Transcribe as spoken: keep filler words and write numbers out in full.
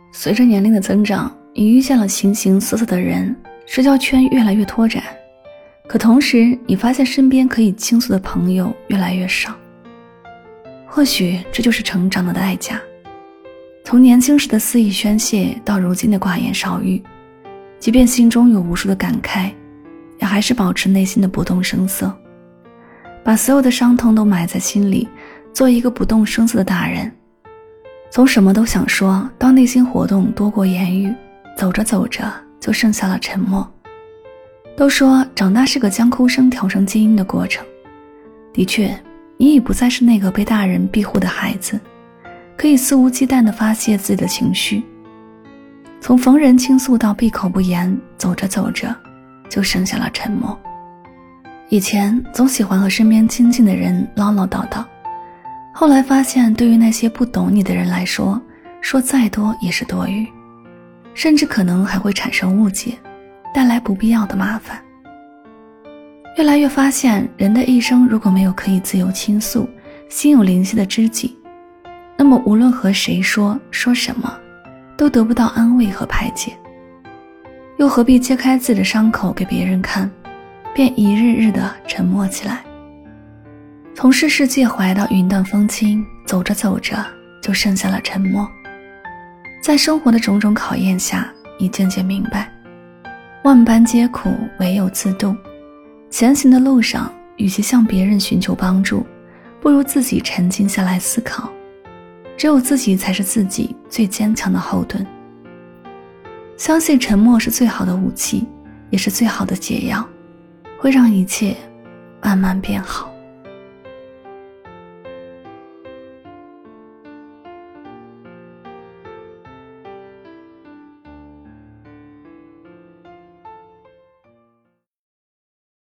随着年龄的增长，你遇见了形形色色的人，社交圈越来越拓展，可同时你发现身边可以倾诉的朋友越来越少。或许这就是成长的代价，从年轻时的肆意宣泄到如今的寡言少语，即便心中有无数的感慨，也还是保持内心的不动声色，把所有的伤痛都埋在心里，做一个不动声色的大人。从什么都想说到内心活动多过言语，走着走着就剩下了沉默。都说长大是个将哭声调成静音的过程，的确，你已不再是那个被大人庇护的孩子，可以肆无忌惮地发泄自己的情绪。从逢人倾诉到闭口不言，走着走着就剩下了沉默。以前总喜欢和身边亲近的人唠唠叨叨，后来发现对于那些不懂你的人来说，说再多也是多余，甚至可能还会产生误解，带来不必要的麻烦。越来越发现，人的一生如果没有可以自由倾诉、心有灵犀的知己，那么无论和谁说说什么，都得不到安慰和排解，又何必揭开自己的伤口给别人看，便一日日的沉默起来。从世事介怀到云淡风轻，走着走着就剩下了沉默。在生活的种种考验下，你渐渐明白，万般皆苦，唯有自渡。前行的路上，与其向别人寻求帮助，不如自己沉静下来思考。只有自己才是自己最坚强的后盾。相信沉默是最好的武器，也是最好的解药，会让一切慢慢变好。